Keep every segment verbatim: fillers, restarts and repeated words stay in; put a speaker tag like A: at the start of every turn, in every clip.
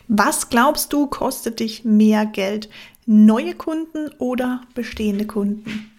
A: Was glaubst du, kostet dich mehr Geld? Neue Kunden oder bestehende Kunden?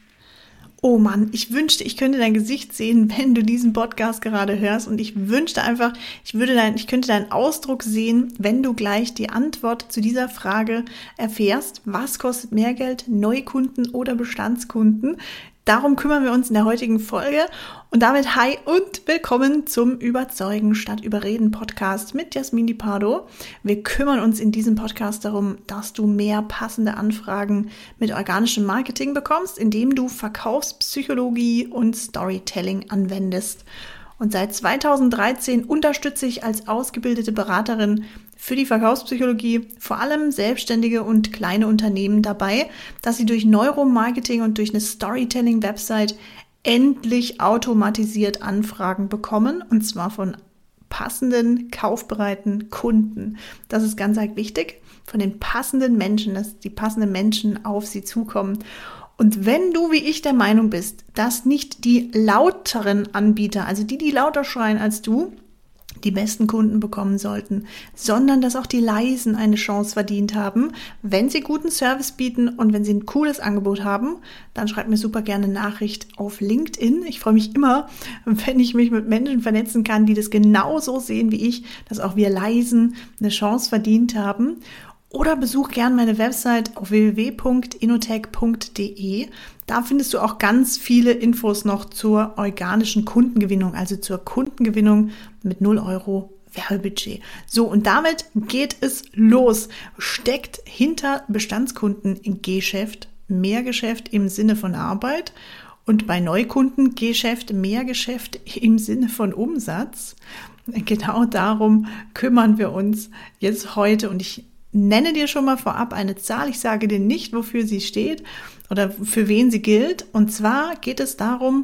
A: Oh Mann, ich wünschte, ich könnte dein Gesicht sehen, wenn du diesen Podcast gerade hörst. Und ich wünschte einfach, ich würde dein, ich könnte deinen Ausdruck sehen, wenn du gleich die Antwort zu dieser Frage erfährst. Was kostet mehr Geld? Neue Kunden oder Bestandskunden? Darum kümmern wir uns in der heutigen Folge. Und damit hi und willkommen zum Überzeugen statt Überreden Podcast mit Jasmin Di Pardo. Wir kümmern uns in diesem Podcast darum, dass du mehr passende Anfragen mit organischem Marketing bekommst, indem du Verkaufspsychologie und Storytelling anwendest. Und seit zweitausenddreizehn unterstütze ich als ausgebildete Beraterin für die Verkaufspsychologie vor allem Selbstständige und kleine Unternehmen dabei, dass sie durch Neuromarketing und durch eine Storytelling-Website endlich automatisiert Anfragen bekommen, und zwar von passenden, kaufbereiten Kunden. Das ist ganz arg wichtig, von den passenden Menschen, dass die passenden Menschen auf sie zukommen. Und wenn du wie ich der Meinung bist, dass nicht die lauteren Anbieter, also die, die lauter schreien als du, die besten Kunden bekommen sollten, sondern dass auch die Leisen eine Chance verdient haben, wenn sie guten Service bieten und wenn sie ein cooles Angebot haben, dann schreib mir super gerne eine Nachricht auf LinkedIn. Ich freue mich immer, wenn ich mich mit Menschen vernetzen kann, die das genauso sehen wie ich, dass auch wir Leisen eine Chance verdient haben. Oder besuch gerne meine Website auf w w w punkt innotech punkt d e. Da findest du auch ganz viele Infos noch zur organischen Kundengewinnung, also zur Kundengewinnung mit null Euro Werbebudget. So, und damit geht es los. Steckt hinter Bestandskundengeschäft mehr Geschäft im Sinne von Arbeit und bei Neukundengeschäft mehr Geschäft im Sinne von Umsatz? Genau darum kümmern wir uns jetzt heute, und ich nenne dir schon mal vorab eine Zahl. Ich sage dir nicht, wofür sie steht oder für wen sie gilt. Und zwar geht es darum,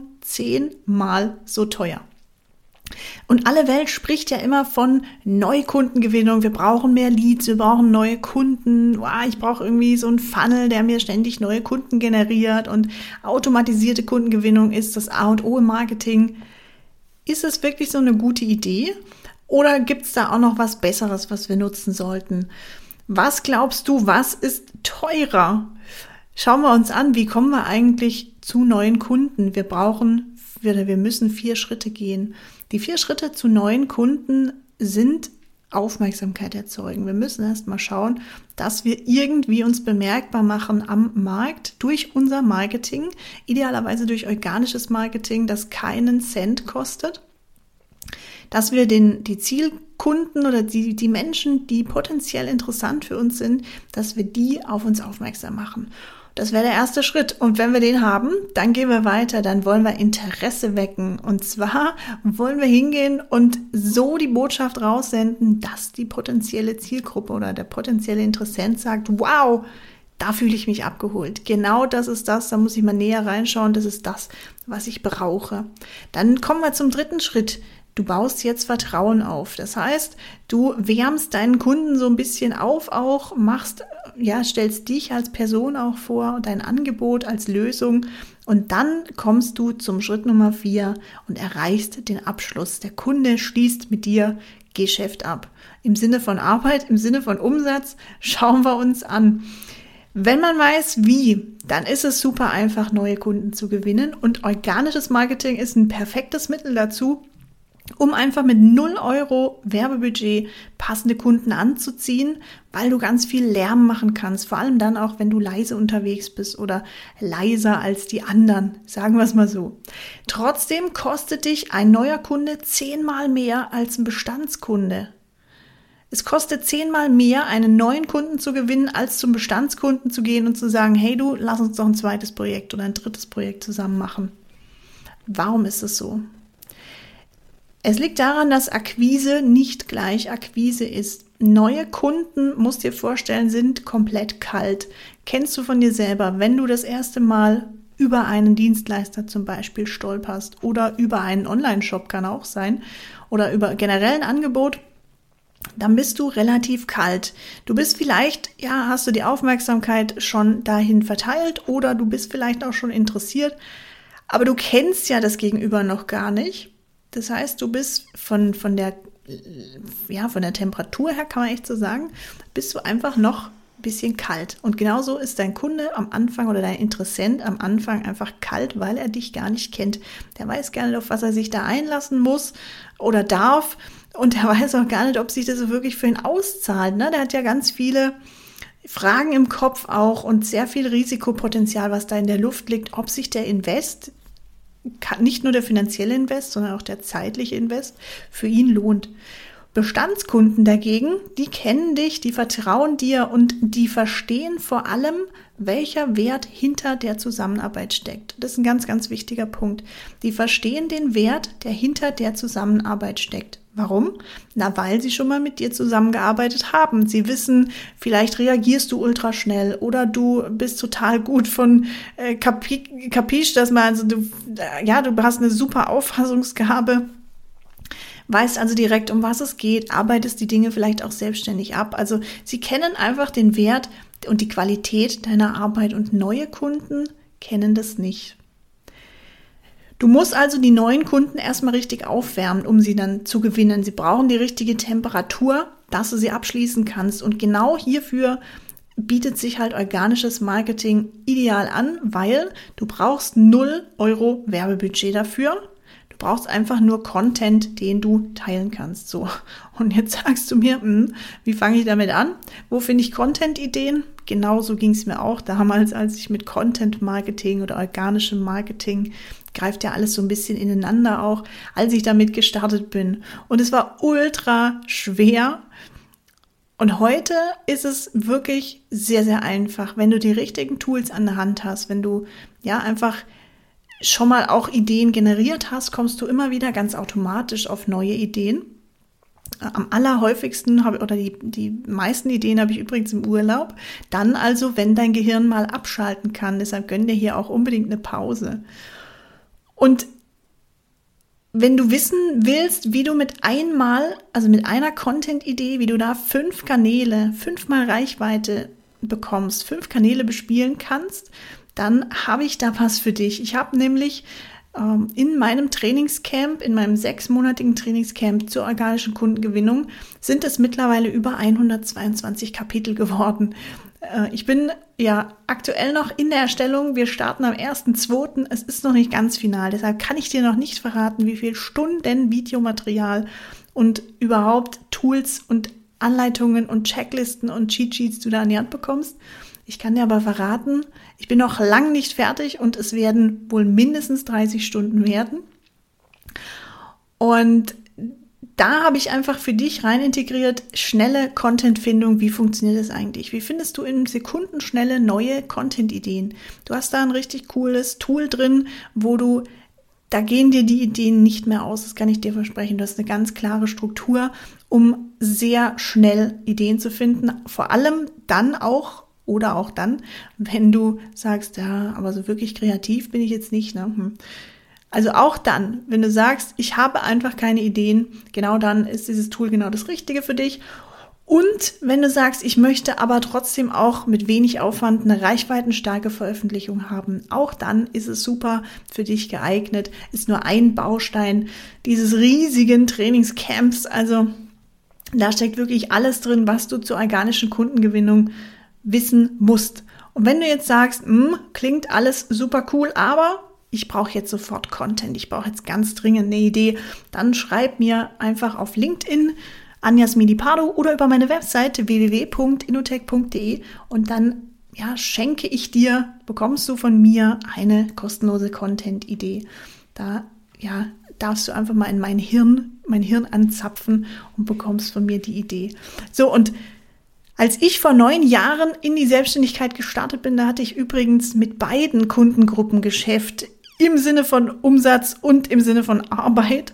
A: zehnmal so teuer. Und alle Welt spricht ja immer von Neukundengewinnung. Wir brauchen mehr Leads, wir brauchen neue Kunden. Wow, ich brauche irgendwie so einen Funnel, der mir ständig neue Kunden generiert. Und automatisierte Kundengewinnung ist das A und O im Marketing. Ist es wirklich so eine gute Idee? Oder gibt es da auch noch was Besseres, was wir nutzen sollten? Was glaubst du, was ist teurer? Schauen wir uns an, wie kommen wir eigentlich zu neuen Kunden? Wir brauchen, wir, wir müssen vier Schritte gehen. Die vier Schritte zu neuen Kunden sind Aufmerksamkeit erzeugen. Wir müssen erst mal schauen, dass wir irgendwie uns bemerkbar machen am Markt durch unser Marketing, idealerweise durch organisches Marketing, das keinen Cent kostet. Dass wir den, die Zielkunden oder die, die Menschen, die potenziell interessant für uns sind, dass wir die auf uns aufmerksam machen. Das wäre der erste Schritt. Und wenn wir den haben, dann gehen wir weiter, dann wollen wir Interesse wecken. Und zwar wollen wir hingehen und so die Botschaft raussenden, dass die potenzielle Zielgruppe oder der potenzielle Interessent sagt, wow, da fühle ich mich abgeholt. Genau das ist das, da muss ich mal näher reinschauen, das ist das, was ich brauche. Dann kommen wir zum dritten Schritt. Du baust jetzt Vertrauen auf. Das heißt, du wärmst deinen Kunden so ein bisschen auf, auch machst, ja, stellst dich als Person auch vor, dein Angebot als Lösung, und dann kommst du zum Schritt Nummer vier und erreichst den Abschluss. Der Kunde schließt mit dir Geschäft ab. Im Sinne von Arbeit, im Sinne von Umsatz, schauen wir uns an. Wenn man weiß, wie, dann ist es super einfach, neue Kunden zu gewinnen, und organisches Marketing ist ein perfektes Mittel dazu, um einfach mit null Euro Werbebudget passende Kunden anzuziehen, weil du ganz viel Lärm machen kannst, vor allem dann auch, wenn du leise unterwegs bist oder leiser als die anderen, sagen wir es mal so. Trotzdem kostet dich ein neuer Kunde zehnmal mehr als ein Bestandskunde. Es kostet zehnmal mehr, einen neuen Kunden zu gewinnen, als zum Bestandskunden zu gehen und zu sagen, hey du, lass uns doch ein zweites Projekt oder ein drittes Projekt zusammen machen. Warum ist es so? Es liegt daran, dass Akquise nicht gleich Akquise ist. Neue Kunden, musst dir vorstellen, sind komplett kalt. Kennst du von dir selber, wenn du das erste Mal über einen Dienstleister zum Beispiel stolperst oder über einen Online-Shop, kann auch sein, oder über generell ein Angebot, dann bist du relativ kalt. Du bist vielleicht, ja, hast du die Aufmerksamkeit schon dahin verteilt oder du bist vielleicht auch schon interessiert, aber du kennst ja das Gegenüber noch gar nicht. Das heißt, du bist von, von der ja, von der Temperatur her kann man echt so sagen, bist du einfach noch ein bisschen kalt. Und genauso ist dein Kunde am Anfang oder dein Interessent am Anfang einfach kalt, weil er dich gar nicht kennt. Der weiß gar nicht, auf was er sich da einlassen muss oder darf. Und der weiß auch gar nicht, ob sich das so wirklich für ihn auszahlt. Ne? Der hat ja ganz viele Fragen im Kopf auch und sehr viel Risikopotenzial, was da in der Luft liegt, ob sich der Invest, nicht nur der finanzielle Invest, sondern auch der zeitliche Invest für ihn lohnt. Bestandskunden dagegen, die kennen dich, die vertrauen dir und die verstehen vor allem, welcher Wert hinter der Zusammenarbeit steckt. Das ist ein ganz, ganz wichtiger Punkt. Die verstehen den Wert, der hinter der Zusammenarbeit steckt. Warum? Na, weil sie schon mal mit dir zusammengearbeitet haben. Sie wissen, vielleicht reagierst du ultra schnell oder du bist total gut von äh, kapi- kapisch, dass man, also du, äh, ja, du hast eine super Auffassungsgabe, weißt also direkt, um was es geht, arbeitest die Dinge vielleicht auch selbstständig ab. Also sie kennen einfach den Wert und die Qualität deiner Arbeit und neue Kunden kennen das nicht. Du musst also die neuen Kunden erstmal richtig aufwärmen, um sie dann zu gewinnen. Sie brauchen die richtige Temperatur, dass du sie abschließen kannst. Und genau hierfür bietet sich halt organisches Marketing ideal an, weil du brauchst null Euro Werbebudget dafür. Du brauchst einfach nur Content, den du teilen kannst. So, und jetzt sagst du mir, hm, wie fange ich damit an? Wo finde ich Content-Ideen? Genauso ging es mir auch damals, als ich mit Content-Marketing oder organischem Marketing, greift ja alles so ein bisschen ineinander auch, als ich damit gestartet bin. Und es war ultra schwer. Und heute ist es wirklich sehr, sehr einfach, wenn du die richtigen Tools an der Hand hast, wenn du ja einfach schon mal auch Ideen generiert hast, kommst du immer wieder ganz automatisch auf neue Ideen. Am allerhäufigsten habe oder die, die meisten Ideen habe ich übrigens im Urlaub. Dann also, wenn dein Gehirn mal abschalten kann. Deshalb gönn dir hier auch unbedingt eine Pause. Und wenn du wissen willst, wie du mit einmal, also mit einer Content-Idee, wie du da fünf Kanäle, fünfmal Reichweite bekommst, fünf Kanäle bespielen kannst, dann habe ich da was für dich. Ich habe nämlich ähm, in meinem Trainingscamp, in meinem sechsmonatigen Trainingscamp zur organischen Kundengewinnung, sind es mittlerweile über hundertzweiundzwanzig Kapitel geworden. Äh, ich bin ja aktuell noch in der Erstellung. Wir starten am ersten zweiten Es ist noch nicht ganz final. Deshalb kann ich dir noch nicht verraten, wie viel Stunden Videomaterial und überhaupt Tools und Anleitungen und Checklisten und Cheat-Sheets du da an die Hand bekommst. Ich kann dir aber verraten, ich bin noch lang nicht fertig und es werden wohl mindestens dreißig Stunden werden. Und da habe ich einfach für dich rein integriert, schnelle Content-Findung. Wie funktioniert das eigentlich? Wie findest du in Sekundenschnelle neue Content-Ideen? Du hast da ein richtig cooles Tool drin, wo du, da gehen dir die Ideen nicht mehr aus. Das kann ich dir versprechen. Du hast eine ganz klare Struktur, um sehr schnell Ideen zu finden. Vor allem dann auch, oder auch dann, wenn du sagst, ja, aber so wirklich kreativ bin ich jetzt nicht, ne? Hm. Also auch dann, wenn du sagst, ich habe einfach keine Ideen, genau dann ist dieses Tool genau das Richtige für dich. Und wenn du sagst, ich möchte aber trotzdem auch mit wenig Aufwand eine reichweitenstarke Veröffentlichung haben, auch dann ist es super für dich geeignet, ist nur ein Baustein dieses riesigen Trainingscamps. Also da steckt wirklich alles drin, was du zur organischen Kundengewinnung wissen musst. Und wenn du jetzt sagst, mh, klingt alles super cool, aber ich brauche jetzt sofort Content, ich brauche jetzt ganz dringend eine Idee, dann schreib mir einfach auf LinkedIn Anja Smiley-Pardo oder über meine Webseite w w w punkt innotech punkt d e und dann ja, schenke ich dir, bekommst du von mir eine kostenlose Content-Idee. Da ja, darfst du einfach mal in mein Hirn, mein Hirn anzapfen und bekommst von mir die Idee. So, und als ich vor neun Jahren in die Selbstständigkeit gestartet bin, da hatte ich übrigens mit beiden Kundengruppen Geschäft im Sinne von Umsatz und im Sinne von Arbeit.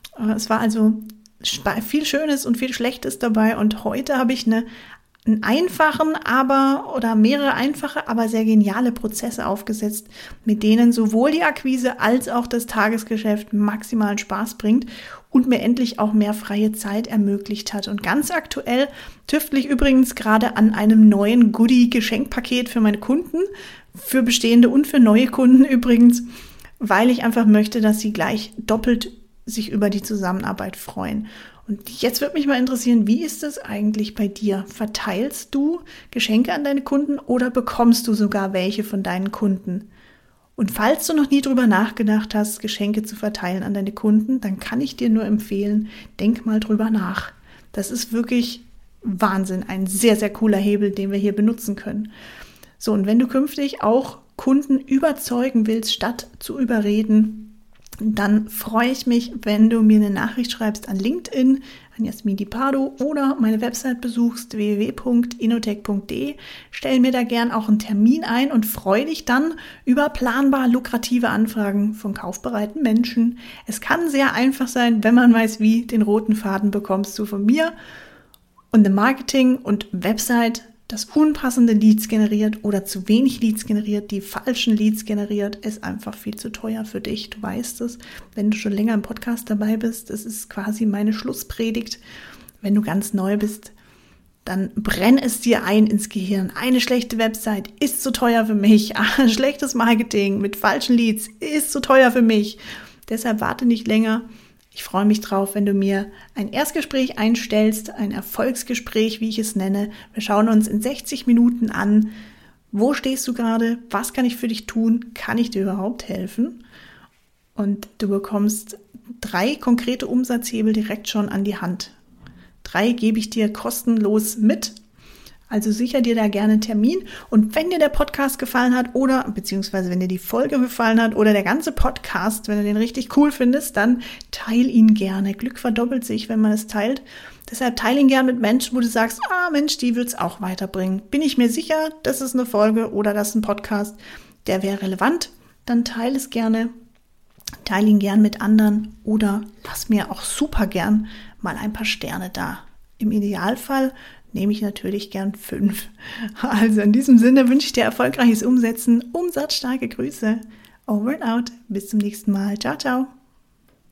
A: Es war also viel Schönes und viel Schlechtes dabei und heute habe ich eine, einen einfachen, aber oder mehrere einfache, aber sehr geniale Prozesse aufgesetzt, mit denen sowohl die Akquise als auch das Tagesgeschäft maximalen Spaß bringt und mir endlich auch mehr freie Zeit ermöglicht hat. Und ganz aktuell tüftle ich übrigens gerade an einem neuen Goodie-Geschenkpaket für meine Kunden, für bestehende und für neue Kunden übrigens, weil ich einfach möchte, dass sie gleich doppelt sich über die Zusammenarbeit freuen. Und jetzt würde mich mal interessieren, wie ist es eigentlich bei dir? Verteilst du Geschenke an deine Kunden oder bekommst du sogar welche von deinen Kunden? Und falls du noch nie drüber nachgedacht hast, Geschenke zu verteilen an deine Kunden, dann kann ich dir nur empfehlen, denk mal drüber nach. Das ist wirklich Wahnsinn, ein sehr, sehr cooler Hebel, den wir hier benutzen können. So, und wenn du künftig auch Kunden überzeugen willst, statt zu überreden, dann freue ich mich, wenn du mir eine Nachricht schreibst an LinkedIn, an Jasmin Di Pardo oder meine Website besuchst, w w w punkt inotech punkt d e. Stell mir da gern auch einen Termin ein und freue dich dann über planbar lukrative Anfragen von kaufbereiten Menschen. Es kann sehr einfach sein, wenn man weiß, wie. Den roten Faden bekommst du von mir. Und im Marketing und Website das unpassende Leads generiert oder zu wenig Leads generiert, die falschen Leads generiert, ist einfach viel zu teuer für dich. Du weißt es, wenn du schon länger im Podcast dabei bist, das ist quasi meine Schlusspredigt. Wenn du ganz neu bist, dann brenn es dir ein ins Gehirn. Eine schlechte Website ist zu teuer für mich. Ein schlechtes Marketing mit falschen Leads ist zu teuer für mich. Deshalb warte nicht länger. Ich freue mich drauf, wenn du mir ein Erstgespräch einstellst, ein Erfolgsgespräch, wie ich es nenne. Wir schauen uns in sechzig Minuten an, wo stehst du gerade, was kann ich für dich tun, kann ich dir überhaupt helfen? Und du bekommst drei konkrete Umsatzhebel direkt schon an die Hand. Drei gebe ich dir kostenlos mit. Also sicher dir da gerne einen Termin. Und wenn dir der Podcast gefallen hat oder beziehungsweise wenn dir die Folge gefallen hat oder der ganze Podcast, wenn du den richtig cool findest, dann teil ihn gerne. Glück verdoppelt sich, wenn man es teilt. Deshalb teile ihn gerne mit Menschen, wo du sagst, ah Mensch, die wird es auch weiterbringen. Bin ich mir sicher, das ist eine Folge oder das ist ein Podcast, der wäre relevant. Dann teile es gerne. Teile ihn gern mit anderen oder lass mir auch super gern mal ein paar Sterne da. Im Idealfall nehme ich natürlich gern fünf. Also in diesem Sinne wünsche ich dir erfolgreiches Umsetzen, umsatzstarke Grüße. Over and out. Bis zum nächsten Mal. Ciao, ciao.